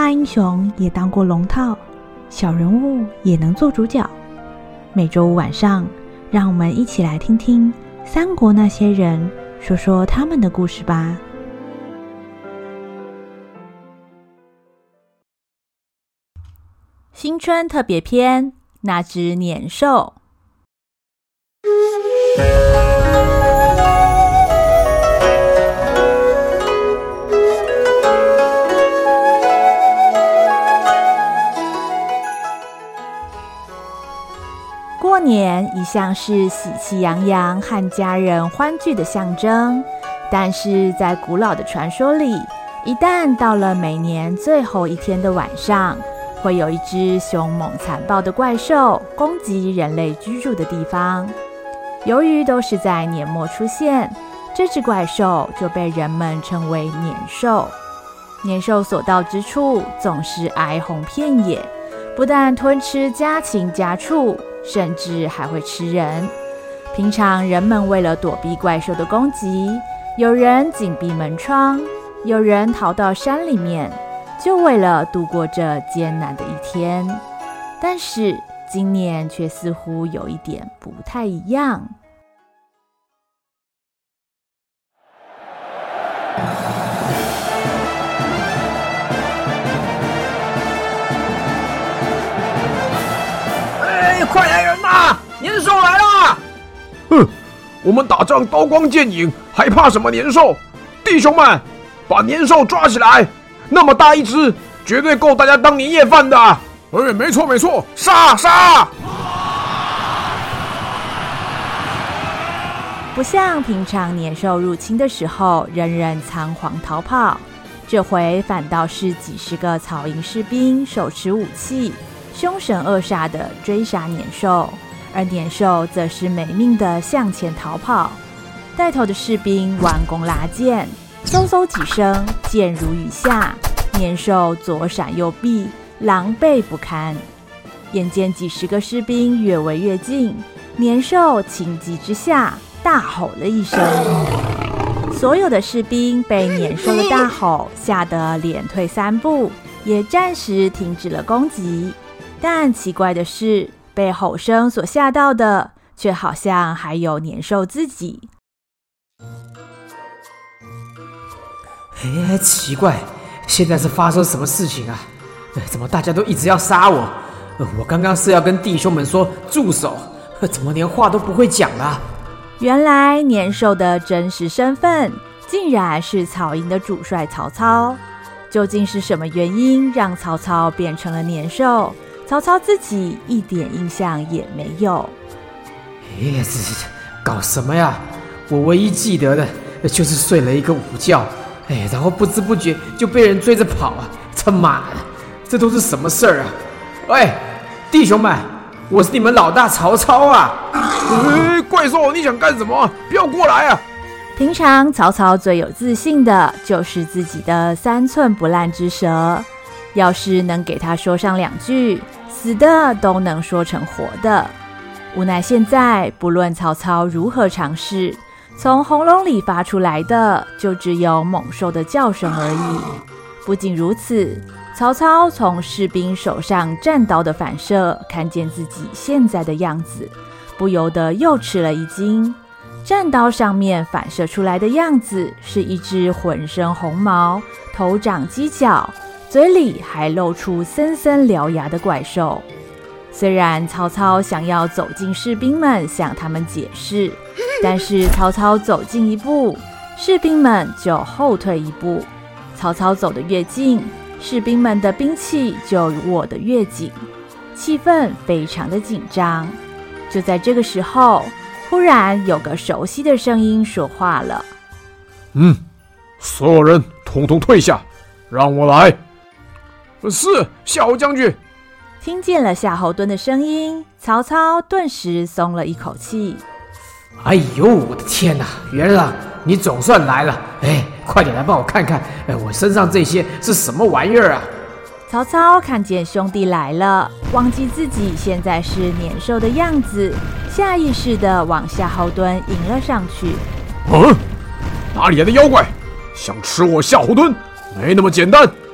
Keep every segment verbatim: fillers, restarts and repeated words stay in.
大英雄也当过龙套，小人物也能做主角。每周五晚上，让我们一起来听听三国那些人说说他们的故事吧。新春特别篇，那只年兽。过年一向是喜气洋洋和家人欢聚的象征，但是在古老的传说里，一旦到了每年最后一天的晚上，会有一只凶猛残暴的怪兽攻击人类居住的地方。由于都是在年末出现，这只怪兽就被人们称为年兽。年兽所到之处总是哀鸿遍野，不但吞吃家禽家畜，甚至还会吃人。平常人们为了躲避怪兽的攻击，有人紧闭门窗，有人逃到山里面，就为了度过这艰难的一天。但是今年却似乎有一点不太一样。 哎，快来人呐！年兽来了！ 哼，我们打仗刀光剑影，还怕什么年兽？弟兄们，把年兽抓起来！那么大一只，绝对够大家当年夜饭的。哎，没错没错，杀杀！ 不像平常年兽入侵的时候，人人仓皇逃跑，这回反倒是几十个曹营士兵手持武器，凶神恶煞地追杀年兽，而年兽则是没命地向前逃跑。带头的士兵弯弓拉箭，嗖嗖几声，箭如雨下，年兽左闪右避，狼狈不堪。眼见几十个士兵越围越近，年兽情急之下大吼了一声。所有的士兵被年兽的大吼吓得连退三步，也暂时停止了攻击。但奇怪的是，被吼声所吓到的，却好像还有年兽自己。 哎，奇怪，现在是发生什么事情啊？怎么大家都一直要杀我？我刚刚是要跟弟兄们说住手，怎么连话都不会讲了？ 原来年兽的真实身份竟然是曹营的主帅曹操。究竟是什么原因让曹操变成了年兽？曹操自己一点印象也没有。 哎，这这搞什么呀？我唯一记得的就是睡了一个午觉，哎，然后不知不觉就被人追着跑啊！他妈的，这都是什么事儿啊？喂，弟兄们，我是你们老大曹操啊！ 哎，怪兽，你想干什么？不要过来啊！ 平常曹操最有自信的就是自己的三寸不烂之舌，要是能给他说上两句，死的都能说成活的。无奈现在不论曹操如何尝试，从喉咙里发出来的就只有猛兽的叫声而已。不仅如此，曹操从士兵手上战刀的反射看见自己现在的样子，不由得又吃了一惊。战刀上面反射出来的样子是一只浑身红毛、头长犄角、嘴里还露出森森獠牙的怪兽。虽然曹操想要走进士兵们向他们解释，但是曹操走近一步，士兵们就后退一步。曹操走得越近，士兵们的兵器就握得越紧，气氛非常的紧张。就在这个时候，忽然有个熟悉的声音说话了： 嗯，所有人统统退下，让我来。是，夏侯将军。 听见了夏侯惇的声音，曹操顿时松了一口气。 哎呦，我的天哪！元朗，你总算来了！哎，快点来帮我看看，哎，我身上这些是什么玩意儿啊？ 曹操看见兄弟来了，忘记自己现在是年兽的样子，下意识地往夏侯惇迎了上去。 嗯，哪里来的妖怪，想吃我夏侯惇？没那么简单！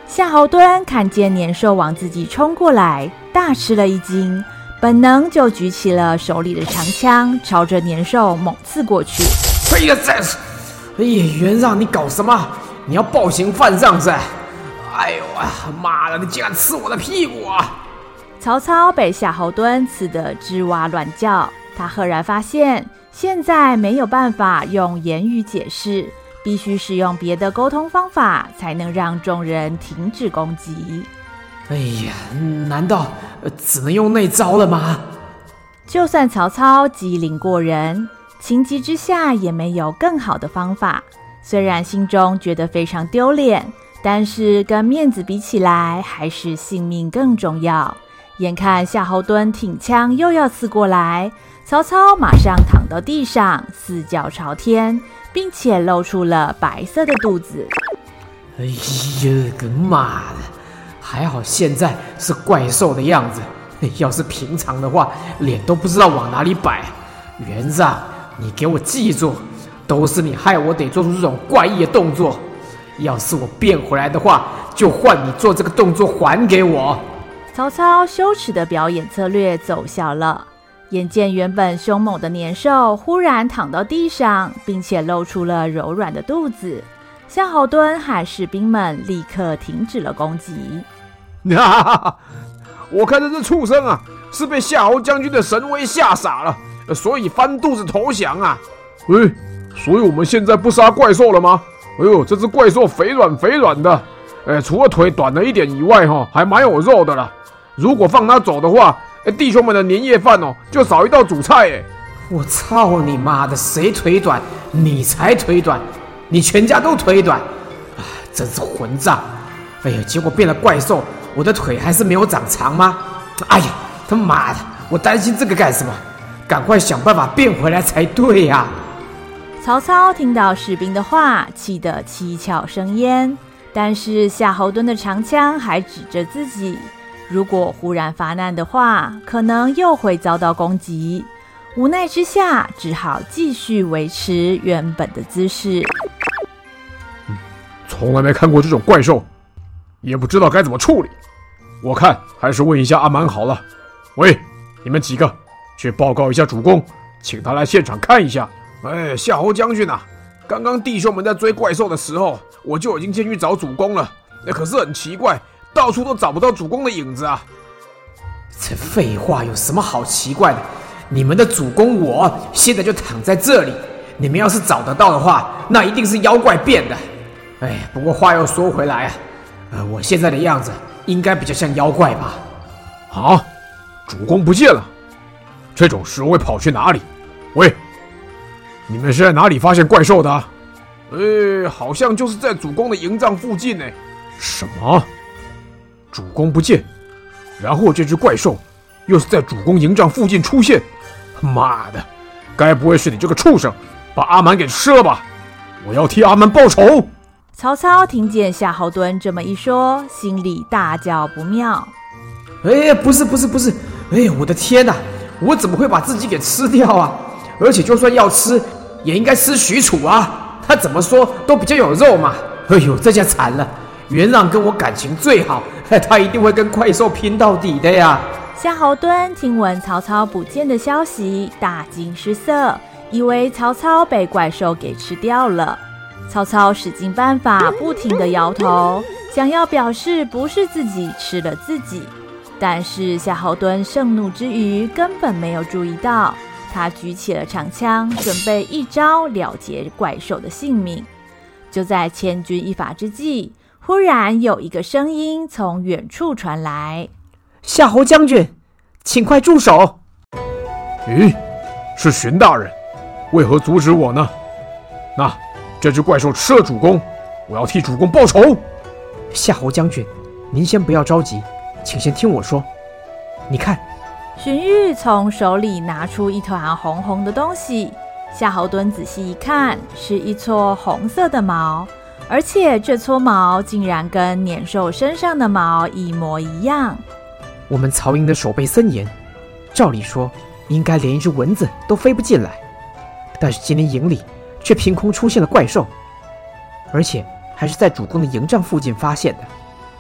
夏侯惇看见年兽往自己冲过来，大吃了一惊，本能就举起了手里的长枪，朝着年兽猛刺过去。 哎呀，这是！哎呀，元让，你搞什么？你要暴行犯上噻！哎呦啊，妈的，你竟然刺我的屁股啊！ 曹操被夏侯惇刺得吱哇乱叫，他赫然发现现在没有办法用言语解释，必须使用别的沟通方法，才能让众人停止攻击。 哎呀，难道只能用那招了吗？ 就算曹操机灵过人，情急之下也没有更好的方法。虽然心中觉得非常丢脸，但是跟面子比起来，还是性命更重要。眼看夏侯惇挺枪又要刺过来，曹操马上躺到地上，四脚朝天，并且露出了白色的肚子。 哎呀，个妈的！还好现在是怪兽的样子，要是平常的话，脸都不知道往哪里摆。元让，你给我记住，都是你害我得做出这种怪异的动作。要是我变回来的话，就换你做这个动作还给我。 曹操羞耻的表演策略奏效了，眼见原本凶猛的年兽忽然躺到地上，并且露出了柔软的肚子，夏侯惇和士兵们立刻停止了攻击。 哈哈哈！我看这只畜生啊，是被夏侯将军的神威吓傻了，所以翻肚子投降啊！哎，所以我们现在不杀怪兽了吗？哎呦，这只怪兽肥软肥软的，哎，除了腿短了一点以外，哈，还蛮有肉的啦。如果放它走的话，弟兄们的年夜饭哦，就少一道主菜哎！ 我操你妈的，谁腿短？你才腿短，你全家都腿短，啊，真是混账！哎呀，结果变了怪兽，我的腿还是没有长长吗？哎呀，他妈的，我担心这个干什么？赶快想办法变回来才对呀！ 曹操听到士兵的话，气得七窍生烟，但是夏侯惇的长枪还指着自己。如果忽然发难的话，可能又会遭到攻击。无奈之下，只好继续维持原本的姿势。 嗯，从来没看过这种怪兽，也不知道该怎么处理。我看还是问一下阿蛮好了。喂，你们几个去报告一下主公，请他来现场看一下。哎，夏侯将军啊，刚刚弟兄们在追怪兽的时候，我就已经先去找主公了。可是很奇怪，到处都找不到主公的影子啊！ 这废话有什么好奇怪的？你们的主公我现在就躺在这里，你们要是找得到的话，那一定是妖怪变的。哎，不过话又说回来啊，呃，我现在的样子应该比较像妖怪吧？ 啊，主公不见了，这种时候会跑去哪里？喂，你们是在哪里发现怪兽的？呃，好像就是在主公的营帐附近呢。什么？主公不见，然后这只怪兽又是在主公营帐附近出现，妈的，该不会是你这个畜生把阿蛮给吃了吧？我要替阿蛮报仇！ 曹操听见夏侯惇这么一说，心里大叫不妙。 哎，不是不是不是，哎，我的天哪，我怎么会把自己给吃掉啊？而且就算要吃，也应该吃许褚啊，他怎么说都比较有肉嘛。哎呦，这下惨了。元让跟我感情最好，他一定会跟怪兽拼到底的呀！ 夏侯惇听闻曹操不见的消息，大惊失色，以为曹操被怪兽给吃掉了。曹操使尽办法，不停地摇头，想要表示不是自己吃了自己。但是夏侯惇盛怒之余，根本没有注意到，他举起了长枪，准备一招了结怪兽的性命。就在千钧一发之际，忽然有一个声音从远处传来：“ 夏侯将军，请快住手！” 咦，是荀大人，为何阻止我呢？那这只怪兽吃了主公，我要替主公报仇。 夏侯将军，您先不要着急，请先听我说。你看， 荀彧从手里拿出一团红红的东西，夏侯惇仔细一看，是一撮红色的毛。而且这撮毛竟然跟年兽身上的毛一模一样。 我们曹营的守备森严，照理说应该连一只蚊子都飞不进来，但是今天营里却凭空出现了怪兽，而且还是在主公的营帐附近发现的。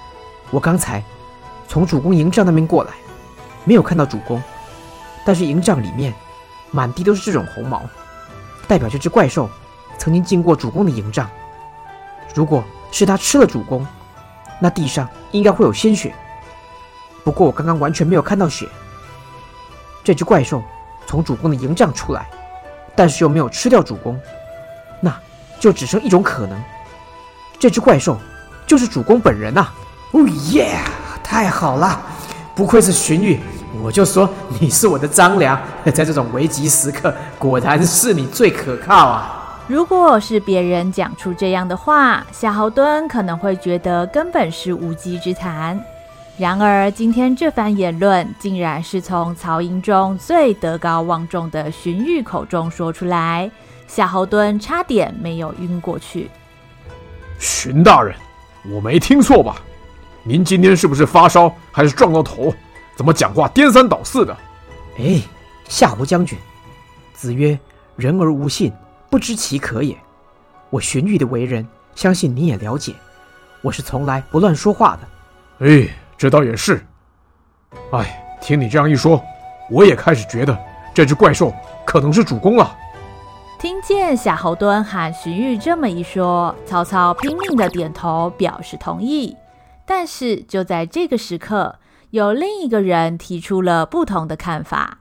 我刚才从主公营帐那边过来，没有看到主公，但是营帐里面满地都是这种红毛，代表这只怪兽曾经经过主公的营帐。如果是它吃了主公，那地上应该会有鲜血。不过我刚刚完全没有看到血。这只怪兽从主公的营帐出来，但是又没有吃掉主公，那就只剩一种可能，这只怪兽就是主公本人啊！哦耶，太好了，不愧是荀彧，我就说你是我的张良，在这种危急时刻，果然是你最可靠啊！ 如果是别人讲出这样的话，夏侯惇可能会觉得根本是无稽之谈。然而今天这番言论竟然是从曹营中最德高望重的荀彧口中说出来，夏侯惇差点没有晕过去。 荀大人，我没听错吧？您今天是不是发烧还是撞到头？怎么讲话颠三倒四的？ 哎，夏侯将军，子曰人而无信，不知其可也。我荀彧的为人，相信你也了解，我是从来不乱说话的。 哎，这倒也是。哎，听你这样一说，我也开始觉得这只怪兽可能是主公了。 听见夏侯惇和荀彧这么一说，曹操拼命的点头表示同意。但是就在这个时刻，有另一个人提出了不同的看法。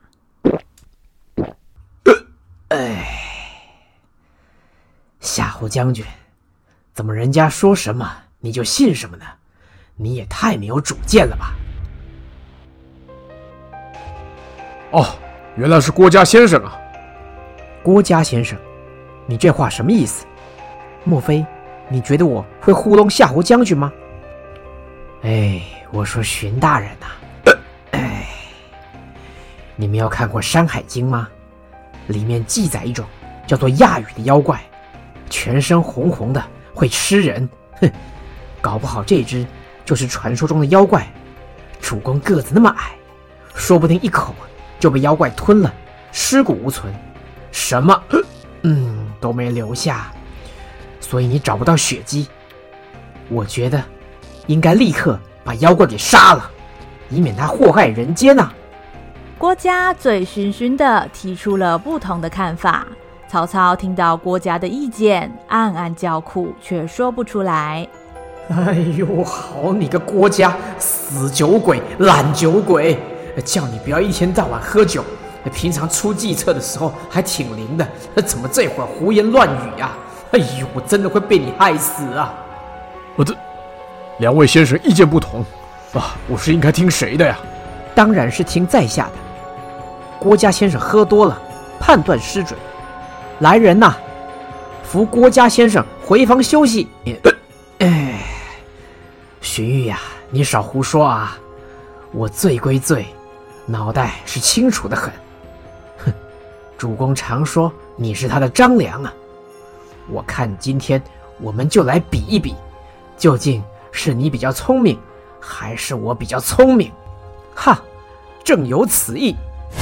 哎，夏侯将军，怎么人家说什么你就信什么呢？你也太没有主见了吧！ 哦，原来是郭嘉先生啊！ 郭嘉先生，你这话什么意思？莫非你觉得我会糊弄夏侯将军吗？哎，我说荀大人呐、啊，哎，你们有看过《山海经》吗？里面记载一种叫做亚羽的妖怪，全身红红的，会吃人。哼，搞不好这只就是传说中的妖怪。主公个子那么矮，说不定一口就被妖怪吞了，尸骨无存，什么嗯都没留下，所以你找不到血迹。我觉得应该立刻把妖怪给杀了，以免他祸害人间啊！ 郭嘉醉醺醺地提出了不同的看法。曹操听到郭嘉的意见，暗暗叫苦，却说不出来。 哎呦，好你个郭嘉，死酒鬼，懒酒鬼！叫你不要一天到晚喝酒，平常出计策的时候还挺灵的，怎么这会儿胡言乱语啊？哎呦，我真的会被你害死啊！ 我的，两位先生意见不同啊，我是应该听谁的呀？ 当然是听在下的。郭嘉先生喝多了，判断失准。来人呐，扶郭嘉先生回房休息。哎，荀彧呀，你少胡说啊！我醉归醉，脑袋是清楚的很。哼，主公常说你是他的张良啊，我看今天我们就来比一比，究竟是你比较聪明，还是我比较聪明？哈，正有此意。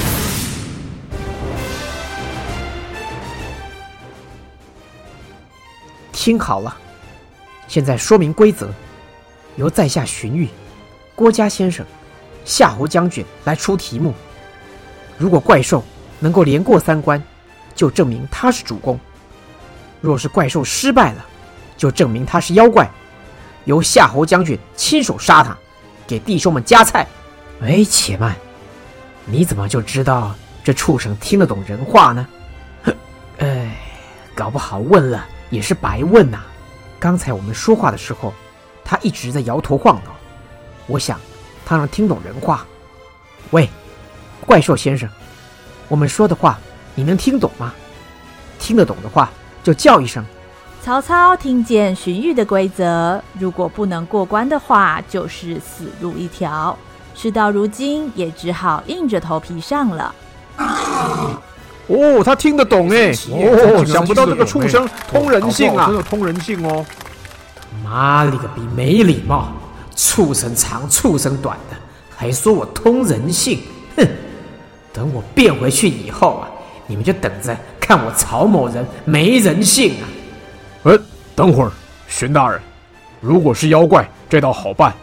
听好了，现在说明规则，由在下荀彧、郭嘉先生、夏侯将军来出题目。如果怪兽能够连过三关，就证明他是主公；若是怪兽失败了，就证明他是妖怪，由夏侯将军亲手杀他，给弟兄们加菜。哎，且慢，你怎么就知道这畜生听得懂人话呢？哎，搞不好问了也是白问呐、啊！刚才我们说话的时候，他一直在摇头晃脑，我想他能听懂人话。喂，怪兽先生，我们说的话你能听懂吗？听得懂的话就叫一声。 曹操听见荀彧的规则，如果不能过关的话，就是死路一条。事到如今，也只好硬着头皮上了。 哦，他听得懂哎！哦，想不到这个畜生通人性啊！真的通人性哦！ 妈了个逼，没礼貌！畜生长，畜生短的，还说我通人性！哼！等我变回去以后啊，你们就等着看我曹某人没人性啊！ 呃，等会儿，荀大人，如果是妖怪，这倒好办。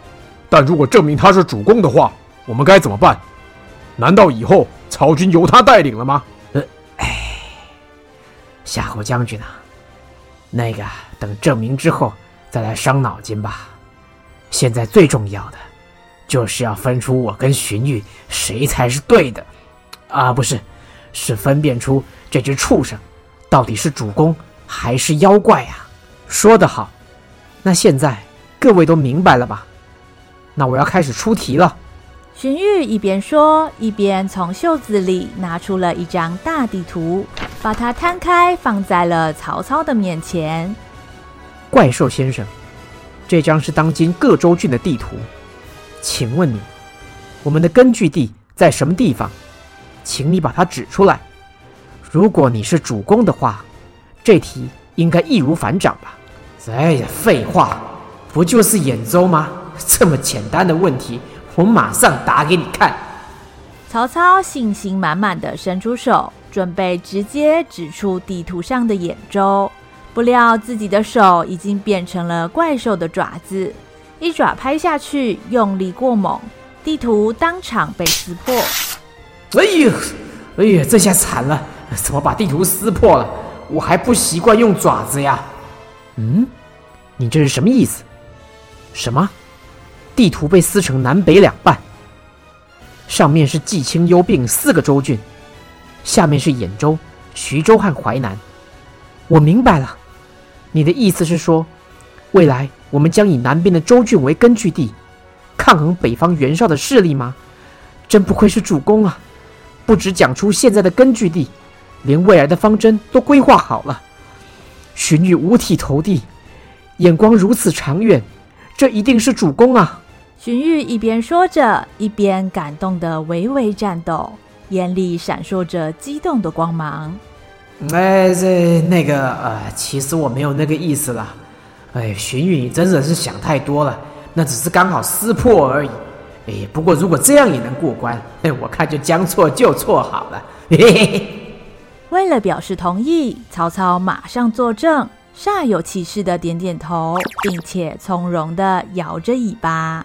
但如果证明他是主公的话，我们该怎么办？难道以后曹军由他带领了吗？ 呃，哎，夏侯将军啊，那个等证明之后再来伤脑筋吧。现在最重要的就是要分出我跟荀彧谁才是对的，啊，不是，是分辨出这只畜生到底是主公还是妖怪啊。说得好，那现在各位都明白了吧？那我要开始出题了。 荀彧一边说，一边从袖子里拿出了一张大地图，把它摊开放在了曹操的面前。 怪兽先生，这张是当今各州郡的地图，请问你，我们的根据地在什么地方？请你把它指出来。如果你是主公的话，这题应该易如反掌吧？ 哎呀，废话，不就是兖州吗？这么简单的问题，我马上答给你看。 曹操信心满满的伸出手，准备直接指出地图上的兖州，不料自己的手已经变成了怪兽的爪子，一爪拍下去，用力过猛，地图当场被撕破。 哎呦，哎呀，这下惨了，怎么把地图撕破了？我还不习惯用爪子呀。 嗯，你这是什么意思？什么？地图被撕成南北两半，上面是冀青幽并四个州郡，下面是兖州、徐州和淮南。我明白了，你的意思是说，未来我们将以南边的州郡为根据地，抗衡北方袁绍的势力吗？真不愧是主公啊，不只讲出现在的根据地，连未来的方针都规划好了。荀彧五体投地，眼光如此长远，这一定是主公啊！ 荀彧一边说着，一边感动得微微颤抖，眼里闪烁着激动的光芒。 哎，这那个呃，其实我没有那个意思啦。哎，荀彧，你真的是想太多了，那只是刚好撕破而已。哎，不过如果这样也能过关，哎，我看就将错就错好了。嘿嘿嘿。 为了表示同意，曹操马上作证，煞有其事的点点头，并且从容的摇着尾巴。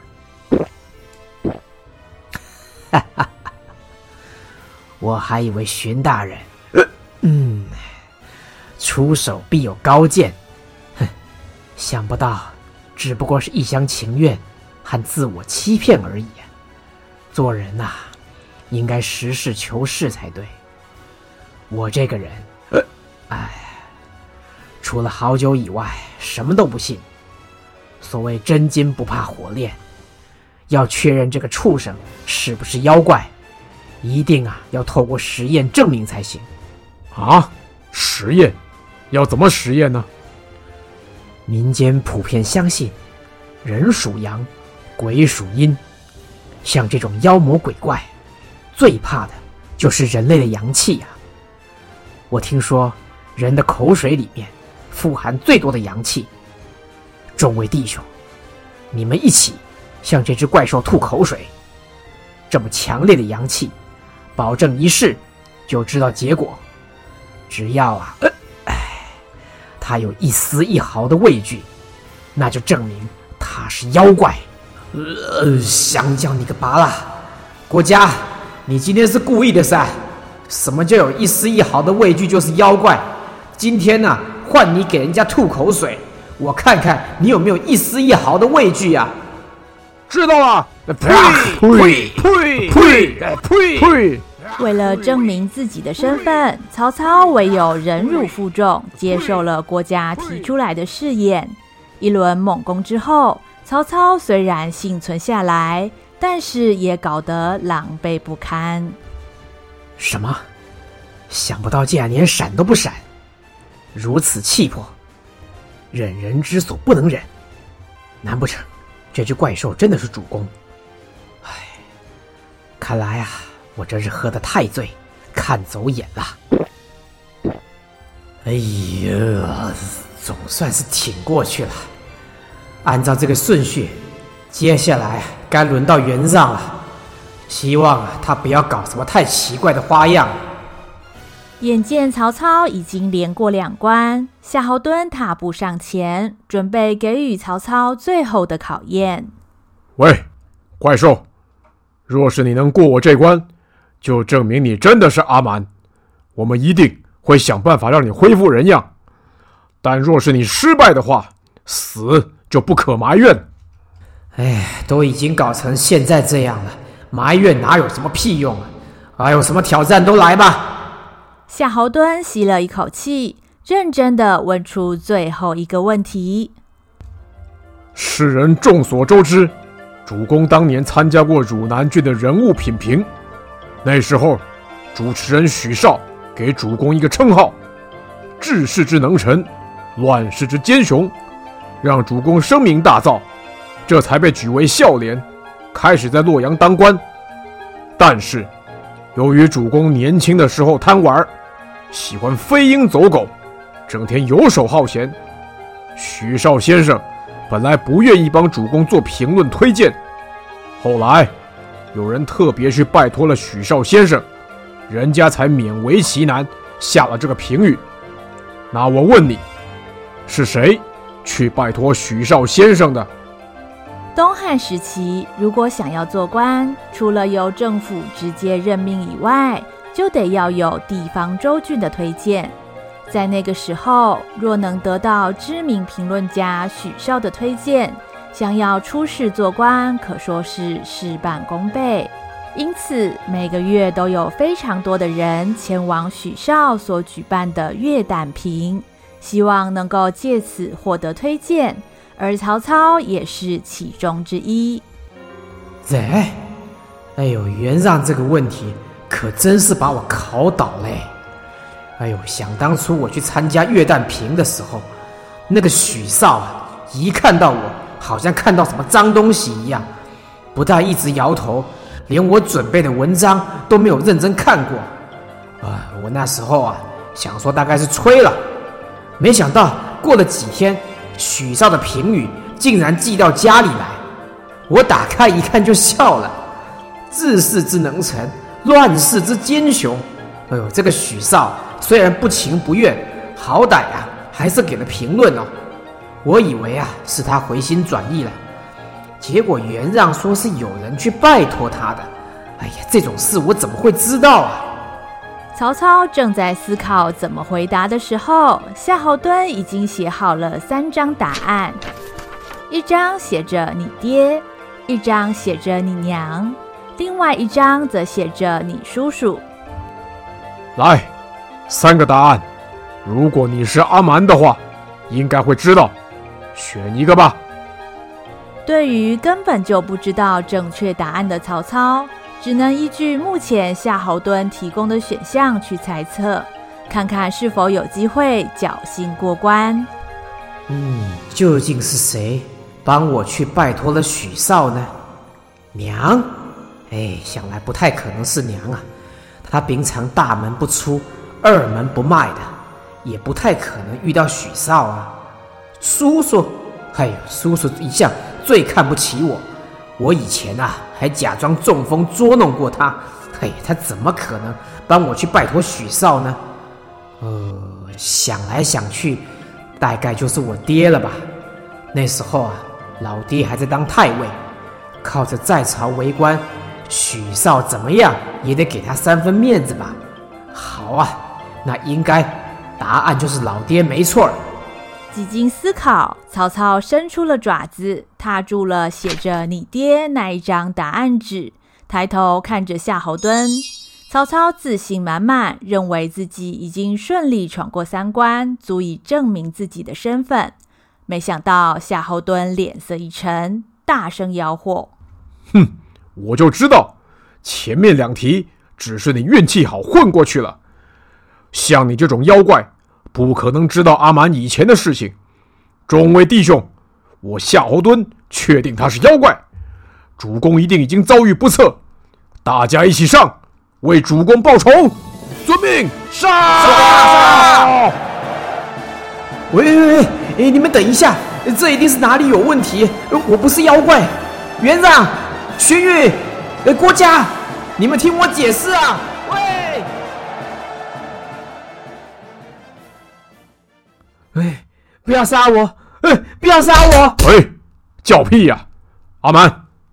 哈哈，我还以为荀大人，嗯，出手必有高见，哼，想不到只不过是一厢情愿和自我欺骗而已。做人呐、啊，应该实事求是才对。我这个人，哎，除了好酒以外，什么都不信。所谓真金不怕火炼，要确认这个畜生是不是妖怪，一定啊要透过实验证明才行。 啊，实验？要怎么实验呢？ 民间普遍相信，人属阳，鬼属阴。像这种妖魔鬼怪，最怕的就是人类的阳气啊。我听说人的口水里面富含最多的阳气。众位弟兄，你们一起向这只怪兽吐口水，这么强烈的阳气，保证一试就知道结果。只要啊，呃、哎，他有一丝一毫的畏惧，那就证明他是妖怪。 呃，香蕉你个拔啦！国家，你今天是故意的噻？什么叫有一丝一毫的畏惧就是妖怪？今天呢、啊，换你给人家吐口水，我看看你有没有一丝一毫的畏惧呀、啊！ 知道了，呸呸呸呸呸呸！ 为了证明自己的身份，曹操唯有忍辱负重，接受了国家提出来的试验。一轮猛攻之后，曹操虽然幸存下来，但是也搞得狼狈不堪。 什么？想不到竟然连闪都不闪，如此气魄，忍人之所不能忍。难不成这只怪兽真的是主公？唉，看来啊，我真是喝得太醉，看走眼了。 哎呀，总算是挺过去了。按照这个顺序，接下来该轮到袁让了。希望啊，他不要搞什么太奇怪的花样。 眼见曹操已经连过两关，夏侯惇踏步上前，准备给予曹操最后的考验。 喂， 怪兽，若是你能过我这关，就证明你真的是阿蛮，我们一定会想办法让你恢复人样。但若是你失败的话，死就不可埋怨。 哎，都已经搞成现在这样了，埋怨哪有什么屁用啊！哎呦，什么挑战都来吧！ 夏侯惇吸了一口气，认真地问出最后一个问题。 世人众所周知，主公当年参加过汝南郡的人物品评，那时候主持人许绍给主公一个称号，治世之能臣，乱世之奸雄，让主公声名大噪，这才被举为孝廉，开始在洛阳当官。但是由于主公年轻的时候贪玩，喜欢飞鹰走狗，整天游手好闲，许绍先生本来不愿意帮主公做评论推荐，后来有人特别去拜托了许绍先生，人家才勉为其难下了这个评语。那我问你，是谁去拜托许绍先生的？ 东汉时期，如果想要做官，除了由政府直接任命以外，就得要有地方州郡的推荐。在那个时候，若能得到知名评论家许绍的推荐，想要出仕做官，可说是事半功倍。因此，每个月都有非常多的人前往许绍所举办的月旦评，希望能够借此获得推荐，而曹操也是其中之一。 哎，哎呦，袁让这个问题可真是把我考倒嘞！哎呦，想当初我去参加月旦评的时候，那个许绍啊，一看到我，好像看到什么脏东西一样，不但一直摇头，连我准备的文章都没有认真看过。啊，我那时候啊，想说大概是吹了，没想到过了几天，许绍的评语竟然寄到家里来，我打开一看就笑了。治世之能臣，乱世之奸雄。哎呦，这个许绍虽然不情不愿，好歹啊还是给了评论哦。我以为啊是他回心转意了，结果袁让说是有人去拜托他的。哎呀，这种事我怎么会知道啊？ 曹操正在思考怎么回答的时候，夏侯惇已经写好了三张答案，一张写着你爹，一张写着你娘，另外一张则写着你叔叔。 来，三个答案，如果你是阿蛮的话，应该会知道，选一个吧。 对于根本就不知道正确答案的曹操，只能依据目前夏侯惇提供的选项去猜测，看看是否有机会侥幸过关。 嗯，究竟是谁帮我去拜托了许绍呢？娘？哎，想来不太可能是娘啊，他平常大门不出，二门不迈的，也不太可能遇到许绍啊。叔叔？哎呦，叔叔一向最看不起我，我以前啊还假装中风捉弄过他，嘿，他怎么可能帮我去拜托许绍呢？呃，想来想去，大概就是我爹了吧。那时候啊，老爹还在当太尉，靠着在朝为官，许绍怎么样也得给他三分面子吧。好啊，那应该答案就是老爹没错。 几经思考，曹操伸出了爪子，踏住了写着你爹那一张答案纸，抬头看着夏侯惇。曹操自信满满，认为自己已经顺利闯过三关，足以证明自己的身份。没想到夏侯惇脸色一沉，大声吆喝： 哼，我就知道前面两题只是你运气好混过去了，像你这种妖怪不可能知道阿蛮以前的事情。众位弟兄，我夏侯惇确定他是妖怪，主公一定已经遭遇不测，大家一起上，为主公报仇！遵命，上！上！ 喂喂喂，你们等一下，这一定是哪里有问题，我不是妖怪。袁让、荀彧、郭嘉，你们听我解释啊！喂！哎，不要杀我！哎，不要杀我！ 喂，叫屁呀！阿蛮，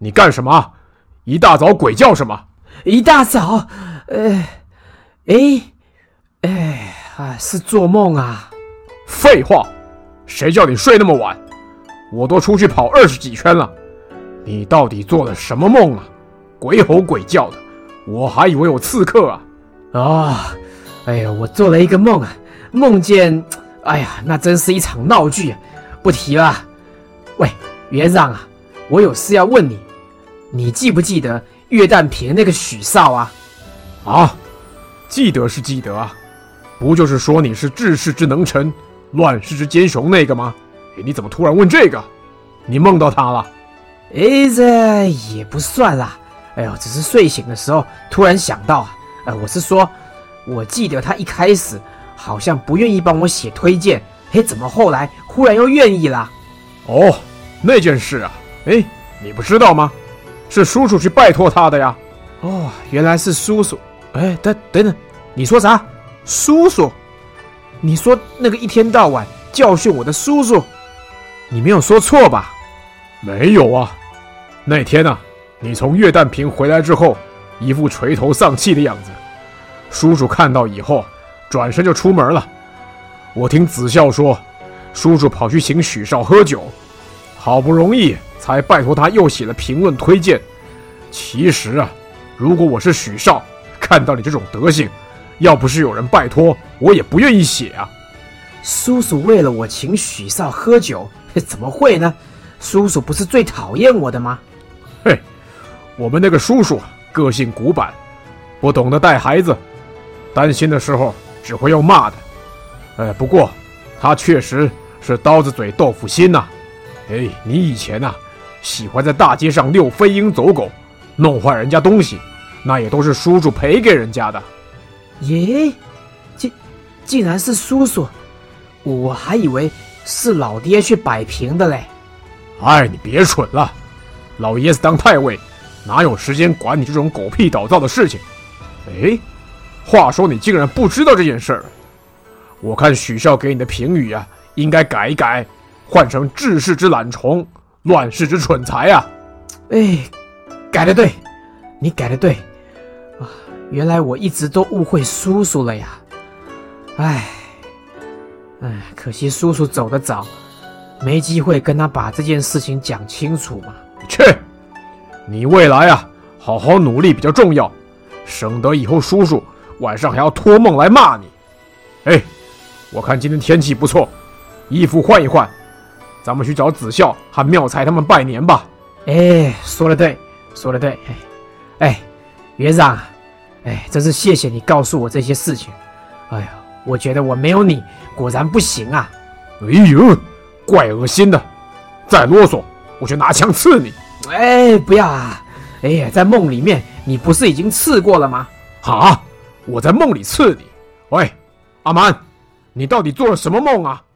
你干什么？一大早鬼叫什么？ 一大早，呃，哎，哎啊，是做梦啊！ 废话，谁叫你睡那么晚？我都出去跑二十几圈了，你到底做了什么梦啊？鬼吼鬼叫的，我还以为有刺客啊！ 哦，哎呀，我做了一个梦啊，梦见，哎呀，那真是一场闹剧啊！不提了。喂，园长啊，我有事要问你，你记不记得月旦平那个许少啊？ 啊，记得是记得啊，不就是说你是治世之能臣，乱世之奸雄那个吗？你怎么突然问这个？你梦到他了？ 哎，这也不算啦。哎呦，只是睡醒的时候突然想到啊。呃，我是说，我记得他一开始好像不愿意帮我写推荐，哎，怎么后来忽然又愿意啦？ 哦，那件事啊，哎，你不知道吗？是叔叔去拜托他的呀。 哦，原来是叔叔。哎，等等等，你说啥？叔叔？你说那个一天到晚教训我的叔叔？你没有说错吧？ 没有啊，那天啊，你从月旦平回来之后，一副垂头丧气的样子。叔叔看到以后，转身就出门了。我听子孝说，叔叔跑去请许少喝酒，好不容易才拜托他又写了评论推荐。其实啊，如果我是许少，看到你这种德行，要不是有人拜托，我也不愿意写啊。 叔叔为了我请许少喝酒，怎么会呢？叔叔不是最讨厌我的吗？ 嘿，我们那个叔叔个性古板，不懂得带孩子，担心的时候只会用骂的。哎，不过他确实是刀子嘴豆腐心呐、啊。哎，你以前呐、啊，喜欢在大街上遛飞鹰走狗，弄坏人家东西，那也都是叔叔赔给人家的。 耶，竟竟然是叔叔，我还以为是老爹去摆平的嘞。 哎，你别蠢了，老爷子当太尉，哪有时间管你这种狗屁倒灶的事情？哎，话说你竟然不知道这件事儿，我看许少给你的评语啊，应该改一改，换成治世之懒虫，乱世之蠢材啊！ 哎，改得对，你改得对啊！原来我一直都误会叔叔了呀！哎，哎，可惜叔叔走得早，没机会跟他把这件事情讲清楚嘛。 去，你未来啊，好好努力比较重要，省得以后叔叔晚上还要托梦来骂你。哎，我看今天天气不错，衣服换一换，咱们去找子孝和妙才他们拜年吧。 哎，说得对，说得对。哎，园长，哎，真是谢谢你告诉我这些事情。哎呀，我觉得我没有你果然不行啊。 哎呦，怪恶心的，再啰嗦我就拿枪刺你。 哎，不要啊！哎呀，在梦里面你不是已经刺过了吗？ 啊，我在梦里刺你？喂，阿蛮，你到底做了什么梦啊？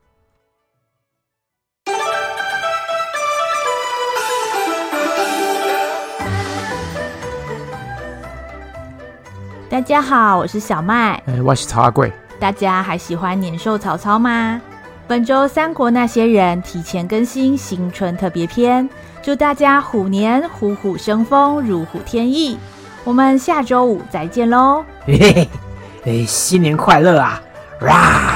大家好，我是小麦。 哎，我是茶贵。 大家还喜欢年兽曹操吗？本周三国那些人提前更新新春特别篇，祝大家虎年虎虎生风，如虎添翼。我们下周五再见喽！ 嘿嘿嘿，新年快乐啊！啊